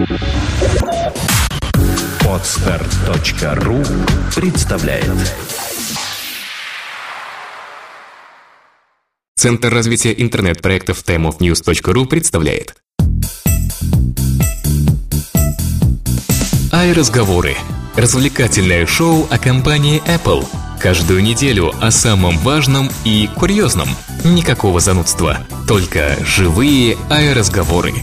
Podstart.ru представляет. Центр развития интернет-проектов timeofnews.ru представляет. iRazговоры. Развлекательное шоу о компании Apple. Каждую неделю о самом важном и курьезном. Никакого занудства. Только живые iRazговоры.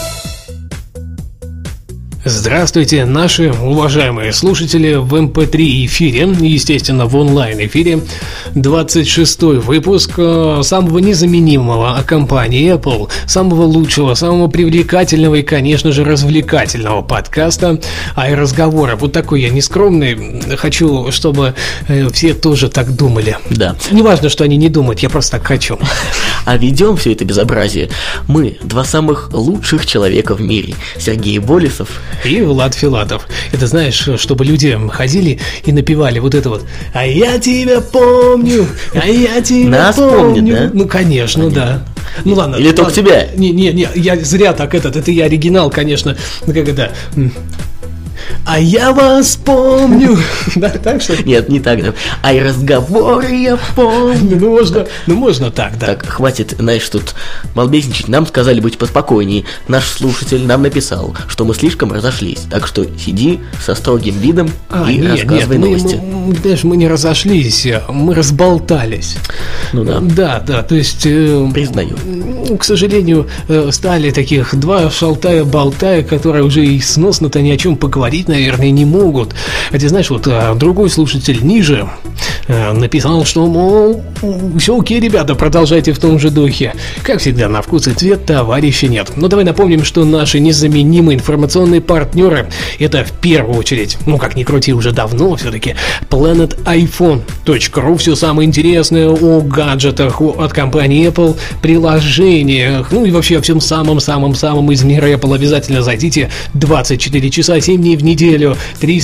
Здравствуйте, наши уважаемые слушатели в MP3 эфире, естественно, в онлайн-эфире. 26-й выпуск самого незаменимого о компании Apple, самого лучшего, самого привлекательного и, конечно же, развлекательного подкаста iRazговоры. Вот такой я нескромный, хочу, чтобы все тоже так думали. Да. Неважно, что они не думают, я просто так хочу. А ведем все это безобразие мы, два самых лучших человека в мире, Сергей Болесов и Влад Филатов. Это, знаешь, чтобы люди ходили и напевали вот это вот: «А я тебя помню, а я тебя Нас помню». помнит, да? Ну, конечно, да. Ну ладно. Или только тебя? Не, я зря так это я оригинал, конечно. Ну как это? А я вас помню. Да, так что? Нет, не так. iRazговоры я помню. Ну можно так, да. Так, хватит, знаешь, тут балбесничать. Нам сказали быть поспокойнее. Наш слушатель нам написал, что мы слишком разошлись. Так что сиди со строгим видом и рассказывай новости. Знаешь, мы не разошлись, мы разболтались. Ну да. Да, то есть... Признаю. К сожалению, стали таких два шалтая-болтая, которые уже и сносно-то ни о чем поговорить, наверное, не могут. Хотя, знаешь, вот другой слушатель ниже написал, что, мол, все окей, ребята, продолжайте в том же духе. Как всегда, на вкус и цвет товарища нет. Но давай напомним, что наши незаменимые информационные партнеры — это в первую очередь, ну как ни крути, уже давно все-таки, planetiphone.ru. Все самое интересное о гаджетах от компании Apple, приложениях, ну и вообще о всем самом-самом-самом из мира Apple. Обязательно зайдите 24 часа, 7 дней в неделю,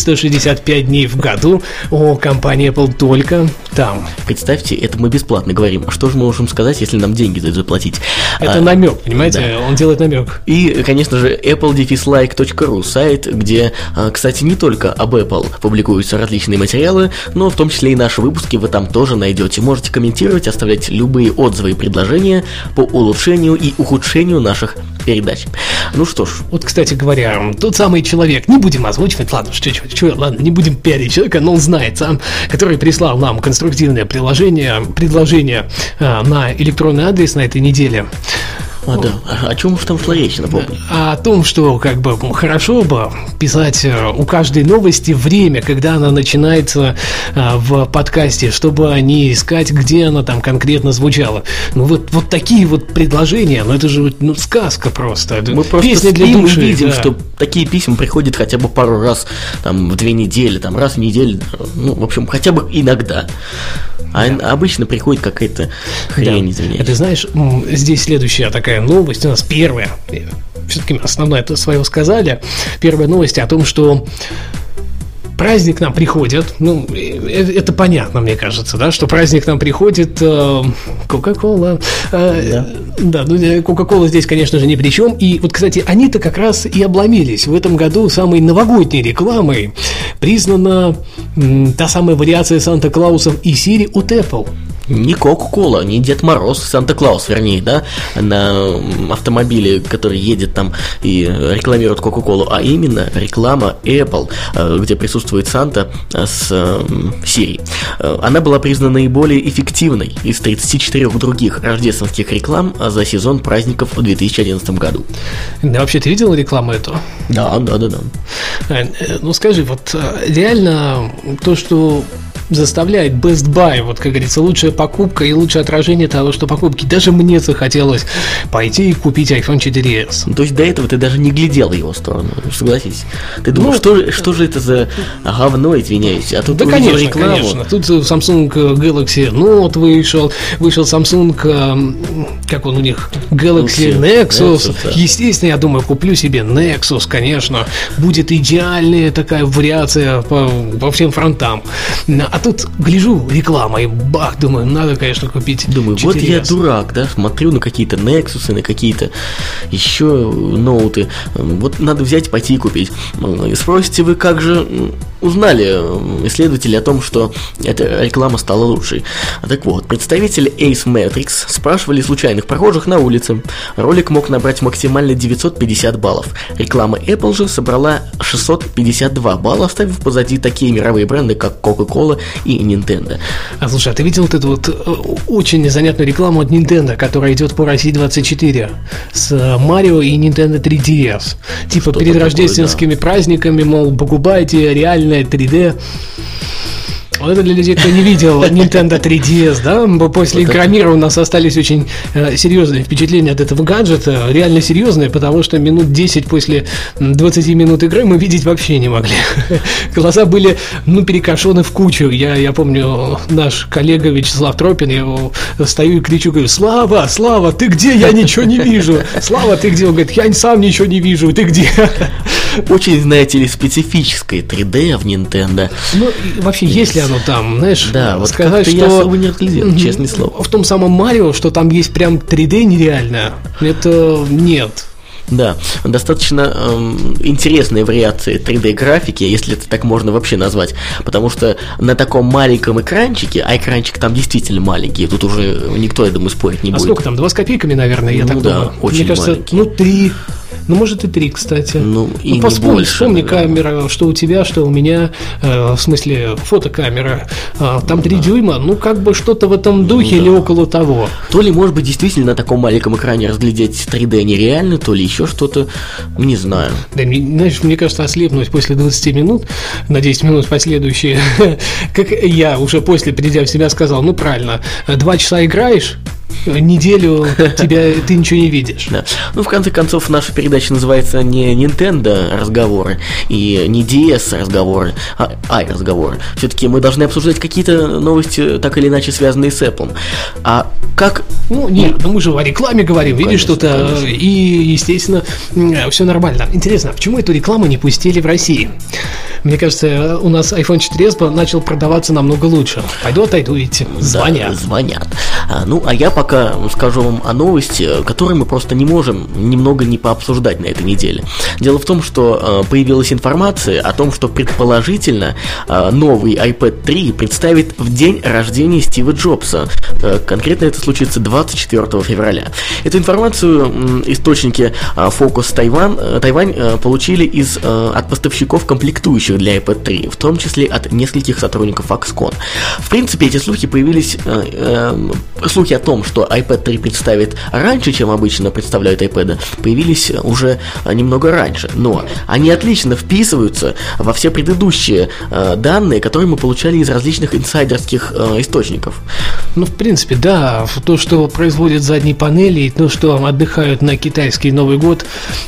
365 дней в году о компании Apple только там. Представьте, это мы бесплатно говорим. А что же мы можем сказать, если нам деньги за это заплатить? Это намек, понимаете? Да. Он делает намек. И, конечно же, apple-like.ru, сайт, где, кстати, не только об Apple публикуются различные материалы, но в том числе и наши выпуски вы там тоже найдете. Можете комментировать, оставлять любые отзывы и предложения по улучшению и ухудшению наших передач. Ну что ж. Вот, кстати говоря, тот самый человек, не будем озвучивать, ладно, ладно, не будем пиарить человека, но он знает сам, который прислал нам конструктивное предложение на электронный адрес на этой неделе. Да. О чем уж там шла речь, напомню? О том, что как бы хорошо бы писать у каждой новости время, когда она начинается в подкасте, чтобы не искать, где она там конкретно звучала. Ну вот такие вот предложения, ну это же сказка просто. Мы просто песня для души, видим, да. Что такие письма приходят хотя бы пару раз там в 2 недели, там раз в неделю, ну в общем хотя бы иногда. А обычно приходит какая-то хрень, да. Извиняюсь. Ты знаешь, здесь следующая такая новость, у нас первая, все-таки основное это свое сказали, первая новость о том, что праздник нам приходит, ну, это понятно, мне кажется, да, что праздник нам приходит, Кока-Кола, да, ну, Кока-Кола здесь, конечно же, ни при чем, и вот, кстати, они-то как раз и обломились. В этом году самой новогодней рекламой признана та самая вариация Санта-Клаусов и Сири от Apple. Не Кока-Кола, не Дед Мороз, Санта-Клаус, вернее, да, на автомобиле, который едет там и рекламирует Кока-Колу, а именно реклама Apple, где присутствует Санта с Siri. Она была признана наиболее эффективной из 34 других рождественских реклам за сезон праздников в 2011 году. Да, вообще, ты видел рекламу эту? Да. Ну, скажи, вот реально то, что заставляет Best Buy, вот как говорится, лучшая покупка и лучшее отражение того, что покупки. Даже мне захотелось пойти и купить iPhone 4s. Ну, то есть до этого ты даже не глядел в его сторону, согласись. Ты думал, что же это за говно, извиняюсь, а тут да, увидел конечно, рекламу. конечно. Тут Samsung Galaxy Note вышел Samsung, как он у них, Galaxy Nexus. Да. Естественно, я думаю, куплю себе Nexus, конечно. Будет идеальная такая вариация по всем фронтам. А тут гляжу, реклама, и бах, думаю, надо, конечно, купить. Думаю, 4S. вот я дурак, да, смотрю на какие-то Nexus, на какие-то еще ноуты. Вот надо взять, пойти и купить. И спросите вы, как же узнали исследователи о том, что эта реклама стала лучшей? Так вот, представители Ace Metrics спрашивали случайных прохожих на улице. Ролик мог набрать максимально 950 баллов. Реклама Apple же собрала 652 балла, оставив позади такие мировые бренды, как Coca-Cola и Nintendo. А слушай, а ты видел вот эту вот очень занятную рекламу от Nintendo, которая идет по России 24 с Марио и Nintendo 3DS? Типа Что-то перед такое, рождественскими праздниками, мол, покупайте реальное 3D. Вот это для людей, кто не видел Nintendo 3DS, да, после Игромира у нас остались очень серьезные впечатления от этого гаджета, реально серьезные, потому что минут 10 после 20 минут игры мы видеть вообще не могли. Глаза были, перекошены в кучу. Я помню, наш коллега Вячеслав Тропин, я его стою и кричу, говорю: Слава, ты где? Я ничего не вижу. Слава, ты где? Он говорит: я сам ничего не вижу, ты где? Очень, знаете ли, специфическое 3D в Nintendo. Вообще, если оно там, знаешь, да, вот сказать, что... я особо не разглядел, честное слово. В том самом Марио, что там есть прям 3D нереально, это нет. Да, достаточно интересные вариации 3D-графики, если это так можно вообще назвать, потому что на таком маленьком экранчике, а экранчик там действительно маленький, тут уже никто, я думаю, спорить не будет. А сколько там, 2 с копейками, наверное, я так думаю? Очень Мне кажется, маленький. 3... может и 3, кстати. И вспомни камера, что у тебя, что у меня, в смысле фотокамера. Там 3 дюйма, как бы что-то в этом духе или около того. То ли, может быть, действительно на таком маленьком экране разглядеть 3D нереально, то ли еще что-то, не знаю. Да, знаешь, мне кажется, ослепнуть после 20 минут, на 10 минут последующие, как я уже после, придя в себя, сказал, правильно, 2 часа играешь, неделю ты ничего не видишь. Да. В конце концов, наша передача называется не Nintendo разговоры и не DS разговоры, а разговоры. Все-таки мы должны обсуждать какие-то новости, так или иначе связанные с Apple. А как... мы же о рекламе говорим, видишь, что-то, и, естественно, все нормально. Интересно, почему эту рекламу не пустили в России? Мне кажется, у нас iPhone 4s начал продаваться намного лучше. Отойду, видите, звонят. Да, звонят. А я пока скажу вам о новости, которую мы просто не можем немного не пообсуждать на этой неделе. Дело в том, что появилась информация о том, что предположительно новый iPad 3 представит в день рождения Стива Джобса. Конкретно это случится 24 февраля. Эту информацию источники Focus Тайвань получили от поставщиков комплектующих для iPad 3, в том числе от нескольких сотрудников Foxconn. В принципе, эти слухи появились, слухи о том, что iPad 3 представит раньше, чем обычно представляют iPad, появились уже немного раньше, но они отлично вписываются во все предыдущие данные, которые мы получали из различных инсайдерских источников. В принципе, да, то, что производят задние панели, и то, что отдыхают на китайский Новый год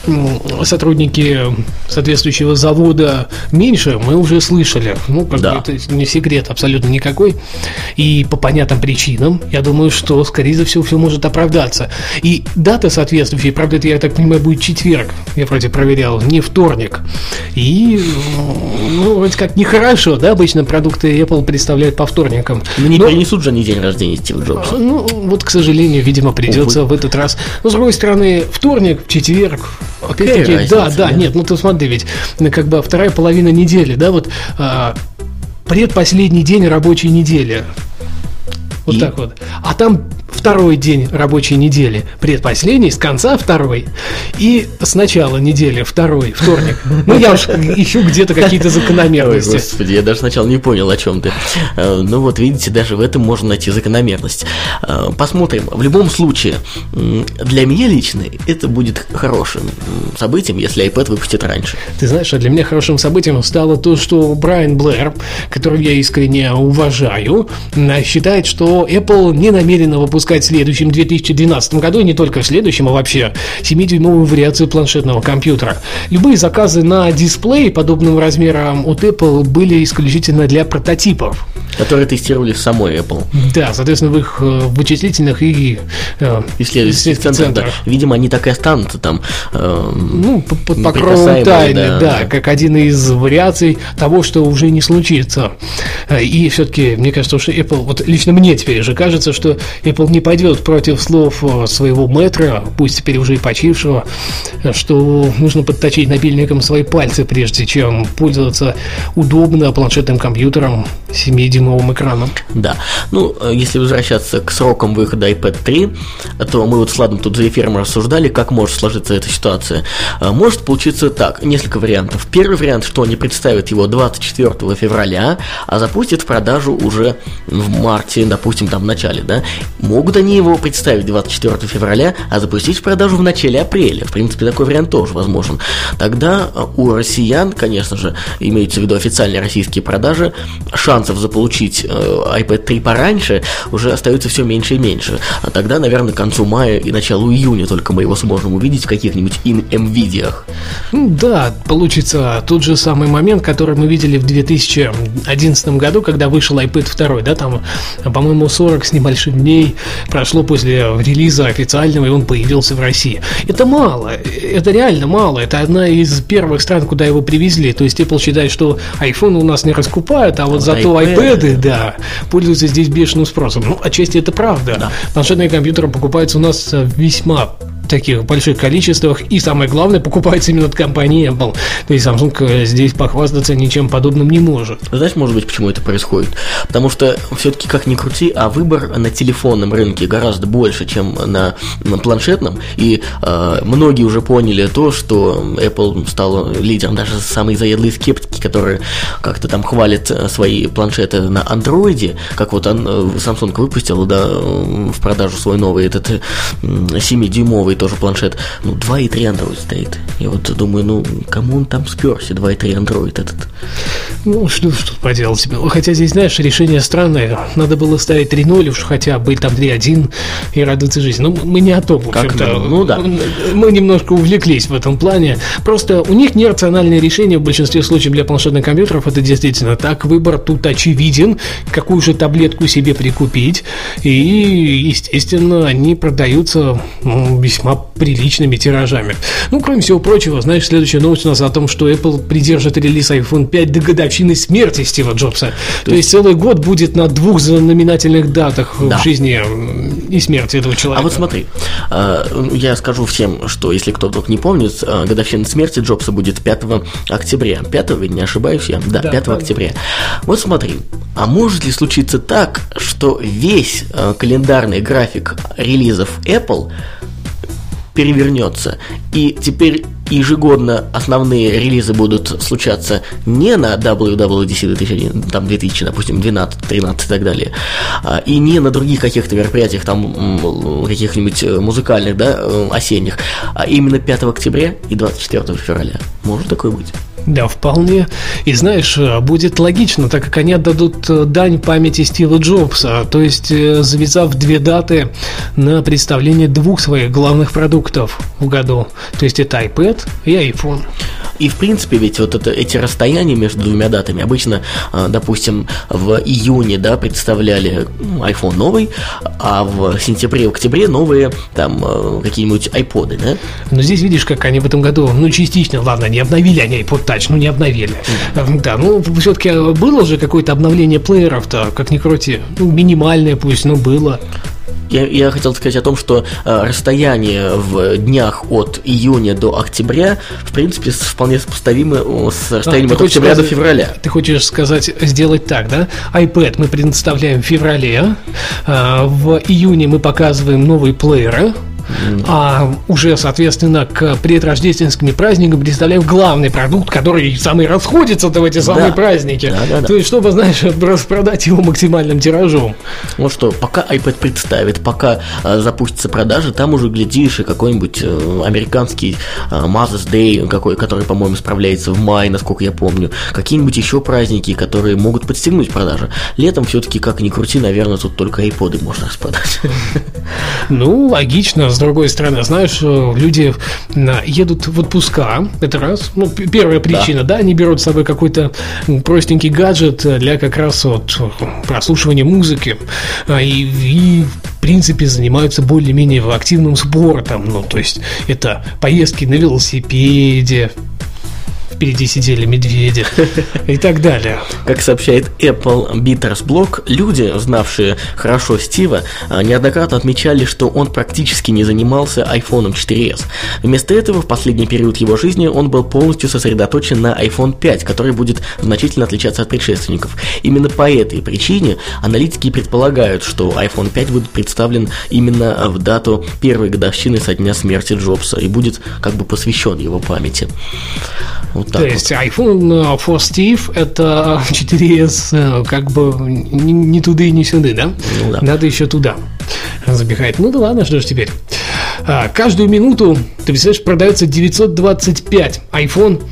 сотрудники соответствующего завода меньше, мы уже слышали. Да. Это не секрет абсолютно никакой. И по понятным причинам, я думаю, что, скорее всего, все может оправдаться. И дата соответствующая, правда, это, я так понимаю, будет четверг. Я вроде проверял, не вторник. И, вроде как нехорошо, да, обычно продукты Apple представляют по вторникам. Не перенесут же они день рождения Стива Джобса. К сожалению, видимо, придется в этот раз. Но, с другой стороны, вторник, четверг, опять-таки, нет, ты смотри, ведь как бы вторая половина недели, да, предпоследний день рабочей недели. Так вот. А там второй день рабочей недели, предпоследний, с конца второй, и с начала недели, второй, вторник. Я уж ищу где-то какие-то закономерности. Ой, господи, я даже сначала не понял, о чем ты. Видите, даже в этом можно найти закономерность. Посмотрим. В любом случае, для меня лично это будет хорошим событием, если iPad выпустит раньше. Ты знаешь, а для меня хорошим событием стало то, что Брайан Блэр, которого я искренне уважаю, считает, что Apple не намерена выпускать выпускать в следующем 2012 году, и не только в следующем, а вообще 7-дюймовую вариацию планшетного компьютера. Любые заказы на дисплей подобного размера от Apple были исключительно для прототипов, которые тестировали в самой Apple. Да, соответственно, в их вычислительных и исследовательских центрах. Да. Видимо, они так и останутся там. Под покровом тайны, да, как один из вариаций того, что уже не случится. И все-таки, мне кажется, что Apple, вот лично мне теперь же кажется, что Apple не пойдет против слов своего мэтра, пусть теперь уже и почившего, что нужно подточить напильником свои пальцы, прежде чем пользоваться удобно планшетным компьютером с 7-дюймовым экраном. Да. Если возвращаться к срокам выхода iPad 3, то мы вот с Владом тут за эфиром рассуждали, как может сложиться эта ситуация. Может получиться так, несколько вариантов. Первый вариант, что они представят его 24 февраля, а запустят в продажу уже в марте, допустим, там в начале, да. Могут они его представить 24 февраля, а запустить в продажу в начале апреля. В принципе, такой вариант тоже возможен. Тогда у россиян, конечно же, имеются в виду официальные российские продажи, шансов заполучить iPad 3 пораньше уже остается все меньше и меньше. А тогда, наверное, к концу мая и началу июня только мы его сможем увидеть в каких-нибудь NVIDIA-х. Да, получится тот же самый момент, который мы видели в 2011 году, когда вышел iPad 2, да, там, по-моему, 40 с небольшим дней прошло после релиза официального, и он появился в России. Это мало, это реально мало, это одна из первых стран, куда его привезли, то есть Apple считает, что iPhone у нас не раскупают, а вот зато iPad, да, пользуются здесь бешеным спросом. Отчасти это правда. Да. Планшетные компьютеры покупаются у нас весьма таких больших количествах, и самое главное, покупается именно от компании Apple. То есть Samsung здесь похвастаться ничем подобным не может. Знаешь, может быть, почему это происходит? Потому что все-таки, как ни крути, а выбор на телефонном рынке гораздо больше, чем на планшетном, и многие уже поняли то, что Apple стала лидером, даже самые заедлые скептики, которые как-то там хвалят свои планшеты на андроиде, как вот Samsung выпустил, да, в продажу свой новый этот 7-дюймовый тоже планшет, 2.3 Android стоит. Я вот думаю, кому он там сперся, 2.3 Android этот? Что поделать себе. Хотя здесь, знаешь, решение странное. Надо было ставить 3.0 уж хотя бы, там 3.1 и радоваться жизни. Мы не о том, в общем-то. Да. Мы немножко увлеклись в этом плане. Просто у них нерациональное решение в большинстве случаев для планшетных компьютеров. Это действительно так. Выбор тут очевиден. Какую же таблетку себе прикупить. И, естественно, они продаются весьма приличными тиражами. Кроме всего прочего, знаешь, следующая новость у нас о том, что Apple придержит релиз iPhone 5 до годовщины смерти Стива Джобса. То есть целый год будет на 2 знаменательных датах в жизни и смерти этого человека. А вот смотри, я скажу всем, что если кто вдруг не помнит, годовщина смерти Джобса будет 5 октября. 5, ведь не ошибаюсь я? Да, 5 октября. Вот смотри, а может ли случиться так, что весь календарный график релизов Apple перевернется, и теперь ежегодно основные релизы будут случаться не на WWDC 2001, там 2000, допустим, 12, 13 и так далее, и не на других каких-то мероприятиях, там каких-нибудь музыкальных, да, осенних, а именно 5 октября и 24 февраля. Может такое быть? Да, вполне. И знаешь, будет логично, так как они отдадут дань памяти Стива Джобса, то есть завязав 2 даты на представление 2 своих главных продуктов в году. То есть это iPad и iPhone. И в принципе, ведь вот эти расстояния между 2 датами обычно, допустим, в июне, да, представляли iPhone новый, а в сентябре, октябре новые там какие-нибудь iPod, да? Но здесь видишь, как они в этом году, частично, ладно, не обновили они iPod Touch, не обновили. Да, все-таки было же какое-то обновление плееров-то, как ни крути, минимальное пусть, но было. Я хотел сказать о том, что расстояние в днях от июня до октября, в принципе, вполне сопоставимо с расстоянием от октября до февраля. Ты хочешь сказать, сделать так, да? iPad мы представляем в феврале, в июне мы показываем новые плееры, А уже, соответственно, к предрождественским праздникам представляем главный продукт, который самый расходится-то в эти самые праздники. Да. То есть, чтобы, знаешь, распродать его максимальным тиражом. Ну что, пока iPad представит, пока запустится продажа, там уже, глядишь, и какой-нибудь американский Mother's Day, который, по-моему, справляется в мае, насколько я помню, какие-нибудь еще праздники, которые могут подстегнуть продажи. Летом все-таки, как ни крути, наверное, тут только iPod'ы можно распродать. Ну, логично. С другой стороны, знаешь, люди едут в отпуска, это раз. Ну, первая причина, да, они берут с собой какой-то простенький гаджет для как раз вот прослушивания музыки и в принципе, занимаются более-менее активным спортом. Ну, то есть, это поездки на велосипеде, впереди сидели медведи и так далее. Как сообщает Apple Beaters Blog, люди, знавшие хорошо Стива, неоднократно отмечали, что он практически не занимался iPhone 4s. Вместо этого в последний период его жизни он был полностью сосредоточен на iPhone 5, который будет значительно отличаться от предшественников. Именно по этой причине аналитики предполагают, что iPhone 5 будет представлен именно в дату первой годовщины со дня смерти Джобса и будет как бы посвящен его памяти. Вот то есть iPhone for Steve это 4S как бы не туда и не сюда, да? Ну, да. Надо еще туда забегать. Ну да ладно, что ж теперь. Каждую минуту, ты представляешь, продается 925 iPhone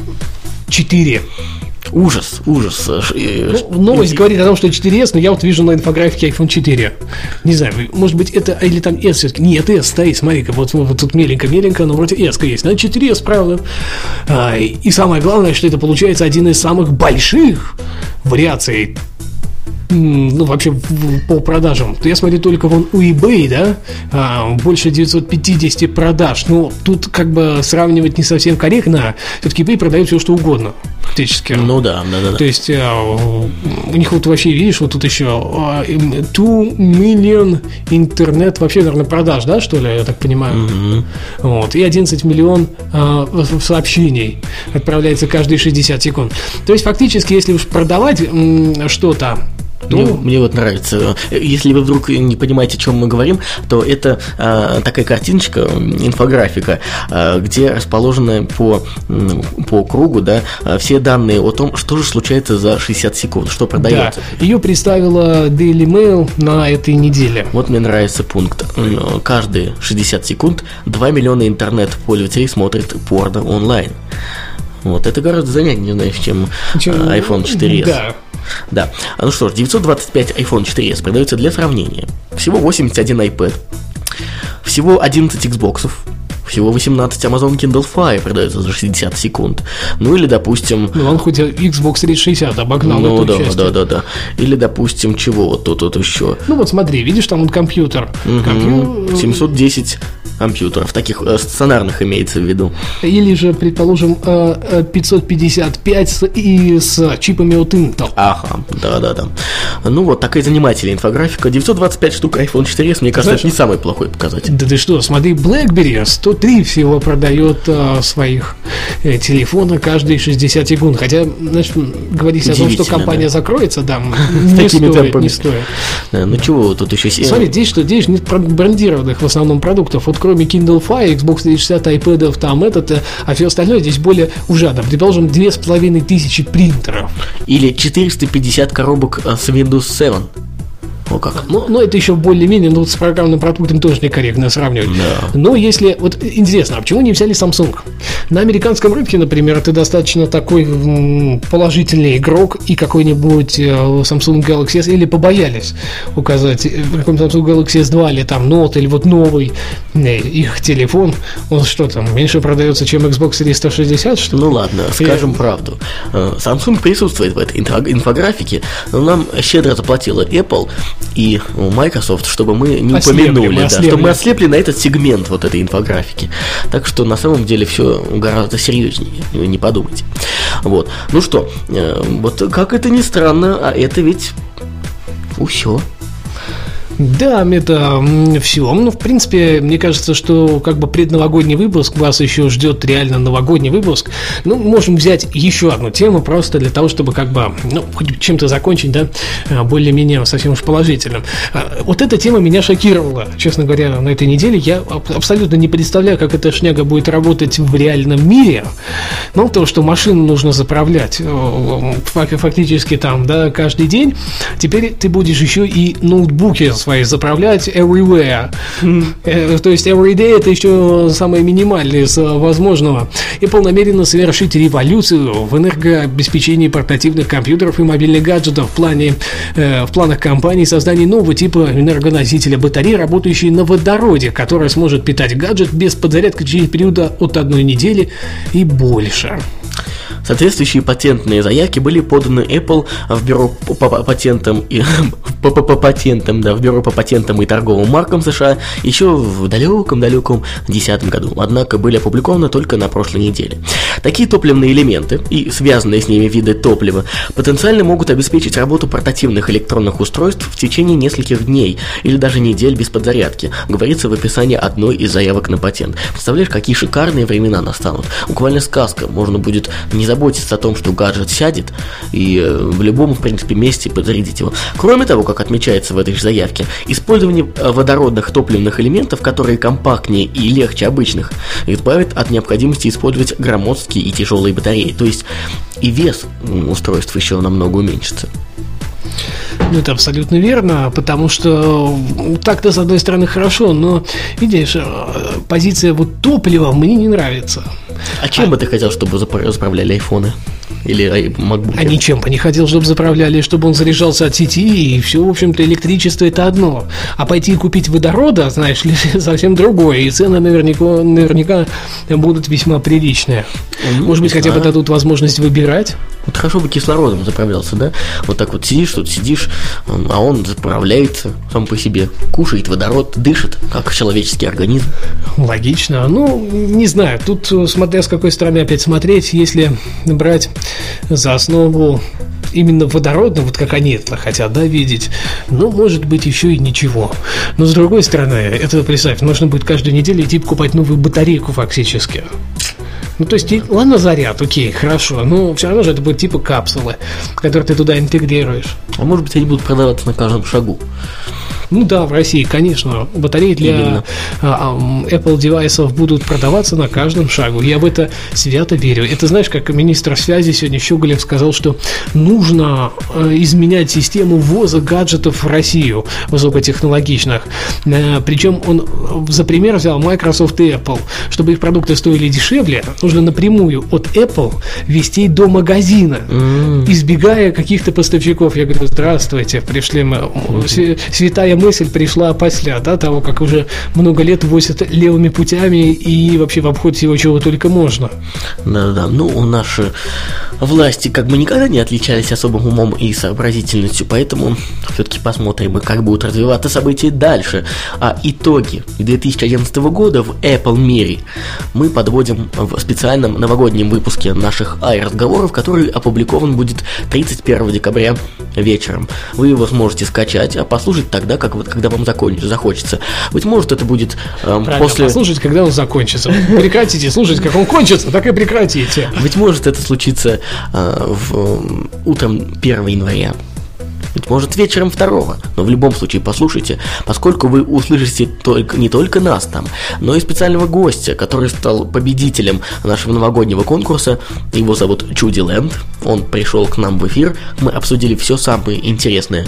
4. Ужас. Новость говорит о том, что 4S, но я вот вижу на инфографике iPhone 4. Не знаю, может быть, это или там S все-таки. Нет, S стоит, смотри-ка, вот тут меленько, но вроде S есть. Но 4S, правда. И самое главное, что это получается один из самых больших вариаций, ну, вообще по продажам. Я смотрю только вон у eBay, да, больше 950 продаж. Ну, тут как бы сравнивать не совсем корректно. Все-таки eBay продает все, что угодно, практически. Ну да. То есть у них вот вообще, видишь, вот тут еще 2 миллион интернет, вообще, наверное, продаж, да, что ли, я так понимаю. Вот, и 11 миллион сообщений отправляется каждые 60 секунд. То есть, фактически, если уж продавать что-то, мне вот нравится. Если вы вдруг не понимаете, о чем мы говорим, то это такая картиночка, инфографика, где расположены по кругу, да, все данные о том, что же случается за 60 секунд, что продается. Да, ее представила Daily Mail на этой неделе. Вот мне нравится пункт. Каждые 60 секунд 2 миллиона интернет-пользователей смотрят порно онлайн. Вот, это гораздо занятнее, знаешь, чем iPhone 4s. Да. Ну что ж, 925 iPhone 4s продается для сравнения. Всего 81 iPad, всего 11 Xbox'ов, всего 18 Amazon Kindle Fire продается за 60 секунд. Ну или, допустим... Ну, он хоть Xbox 360 обогнал эту часть. Да. Или, допустим, чего вот тут еще? Ну вот смотри, видишь, там вот компьютер. 710 компьютеров, таких стационарных имеется в виду. Или же, предположим, 555 с чипами от Intel. Ага, да. Ну вот, такая занимательная инфографика. 925 штук iPhone 4s, мне кажется, это не самый плохой показатель. Да ты что, смотри, BlackBerry 103 всего продает своих телефона каждые 60 секунд. Хотя, знаешь, говорить о том, что компания закроется, да, не стоит. Ну чего тут еще... Смотри, здесь нет брендированных в основном продуктов. Вот кроме Kindle Fire, Xbox 360, iPad'ов, там а все остальное здесь более ужасно. Предположим, 2500 принтеров. Или 450 коробок с Windows 7. О как. Ну, это еще более-менее, но с программным продуктом тоже некорректно сравнивать. Да. Но если... Вот интересно, а почему не взяли Samsung? На американском рынке, например, ты достаточно такой положительный игрок и какой-нибудь Samsung Galaxy S, или побоялись указать какой-нибудь Samsung Galaxy S2 или там Note, или вот новый их телефон, он что там, меньше продается, чем Xbox 360, что ли? Ну ладно, скажем правду. Samsung присутствует в этой инфографике, но нам щедро заплатила Apple и Microsoft, чтобы мы не упомянули, чтобы мы ослепли на этот сегмент вот этой инфографики. Так что на самом деле все гораздо серьезнее, не подумайте. Вот. Ну что, вот как это ни странно, а это ведь все. Да, это все. Ну, в принципе, мне кажется, что как бы предновогодний выпуск, вас еще ждет реально новогодний выпуск. Ну, можем взять еще одну тему просто для того, чтобы как бы, ну, хоть чем-то закончить, да, более-менее совсем уж положительным. Вот эта тема меня шокировала, честно говоря, на этой неделе. Я абсолютно не представляю, как эта шняга будет работать в реальном мире. Мало того, что машину нужно заправлять фактически там, да, каждый день, теперь ты будешь еще и ноутбуки свои заправлять everywhere. То есть everyday — это еще самое минимальное из возможного. Apple намерена совершить революцию в энергообеспечении портативных компьютеров и мобильных гаджетов в планах компании создания нового типа энергоносителя батареи, работающей на водороде, которая сможет питать гаджет без подзарядки в течение периода от 1 недели и больше. Соответствующие патентные заявки были поданы Apple в бюро по патентам и в бюро по патентам и торговым маркам США еще в далеком 2010 году, однако были опубликованы только на прошлой неделе. Такие топливные элементы и связанные с ними виды топлива потенциально могут обеспечить работу портативных электронных устройств в течение нескольких дней или даже недель без подзарядки, говорится в описании одной из заявок на патент. Представляешь, какие шикарные времена настанут. Буквально сказка. Можно будет не заботиться о том, что гаджет сядет, и в любом, в принципе, месте подзарядить его. Кроме того, как отмечается в этой же заявке, использование водородных топливных элементов, которые компактнее и легче обычных, избавит от необходимости использовать громоздкие и тяжелые батареи. То есть и вес устройств еще намного уменьшится. Ну, это абсолютно верно, потому что так-то, с одной стороны, хорошо, но, видишь, позиция вот топлива мне не нравится. А чем бы ты хотел, чтобы заправляли айфоны? Или MacBook? А ничем бы не хотел, чтобы заправляли, чтобы он заряжался от сети, и все, в общем-то, электричество — это одно. А пойти и купить водорода, знаешь ли, совсем другое, и цены наверняка будут весьма приличные. Может быть, хотя бы дадут возможность выбирать? Вот хорошо бы кислородом заправлялся, да? Вот так вот сидишь, а он заправляется сам по себе, кушает водород, дышит, как человеческий организм. Логично. Ну, не знаю, тут смотря с какой стороны опять смотреть, если брать за основу именно водородным, вот как они это хотят, да, видеть, ну, может быть, еще и ничего. Но с другой стороны, это, представь, нужно будет каждую неделю идти покупать новую батарейку фактически. Ну, то есть, ладно, заряд, окей, хорошо, но все равно же это будет типа капсулы, которые ты туда интегрируешь. А может быть, они будут продаваться на каждом шагу? Ну да, в России, конечно, батареи для Apple девайсов будут продаваться на каждом шагу. Я в это свято верю. Это, знаешь, как министр связи сегодня Щеголев сказал, что нужно изменять систему ввоза гаджетов в Россию, высокотехнологичных. Причем он за пример взял Microsoft и Apple. Чтобы их продукты стоили дешевле, нужно напрямую от Apple везти до магазина, избегая каких-то поставщиков. Я говорю, здравствуйте, пришли мы. Святая мысль пришла после, да, того, как уже много лет возят левыми путями и вообще в обход всего, чего только можно. Да-да, ну, наши власти как бы никогда не отличались особым умом и сообразительностью, поэтому все-таки посмотрим, как будут развиваться события дальше. А итоги 2011 года в Apple мире мы подводим в специальном новогоднем выпуске наших разговоров, который опубликован будет 31 декабря вечером. Вы его сможете скачать, а послушать тогда, когда вам захочется. Быть может, это будет после... послушать, когда он закончится. Прекратите слушать, как он кончится, так и прекратите. Быть может, это случится утром 1 января. Быть может, вечером 2, но в любом случае послушайте, поскольку вы услышите не только нас там, но и специального гостя, который стал победителем нашего новогоднего конкурса. Его зовут Чуди Лэнд. Он пришел к нам в эфир, мы обсудили все самое интересное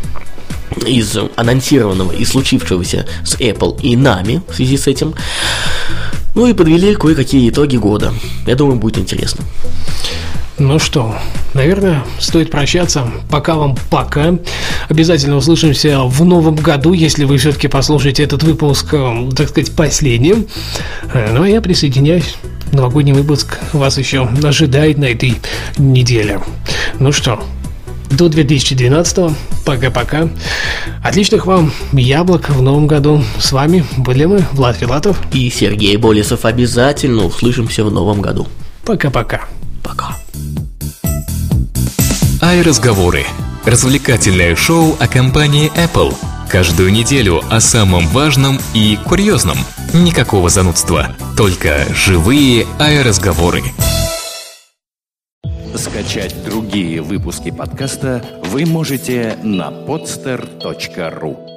из анонсированного и случившегося с Apple и нами в связи с этим. Ну и подвели кое-какие итоги года. Я думаю, будет интересно. Ну что, наверное, стоит прощаться. Пока вам пока. Обязательно услышимся в новом году, если вы все-таки послушаете этот выпуск, так сказать, последним. Ну а я присоединяюсь. Новогодний выпуск вас еще ожидает на этой неделе. Ну что, до 2012-го. Пока-пока. Отличных вам яблок в новом году. С вами были мы, Влад Филатов и Сергей Болесов. Обязательно услышимся в новом году. Пока-пока. Пока. iRazговоры. Развлекательное шоу о компании Apple. Каждую неделю о самом важном и курьезном. Никакого занудства, только живые аэроразговоры. Скачать другие выпуски подкаста вы можете на podster.ru.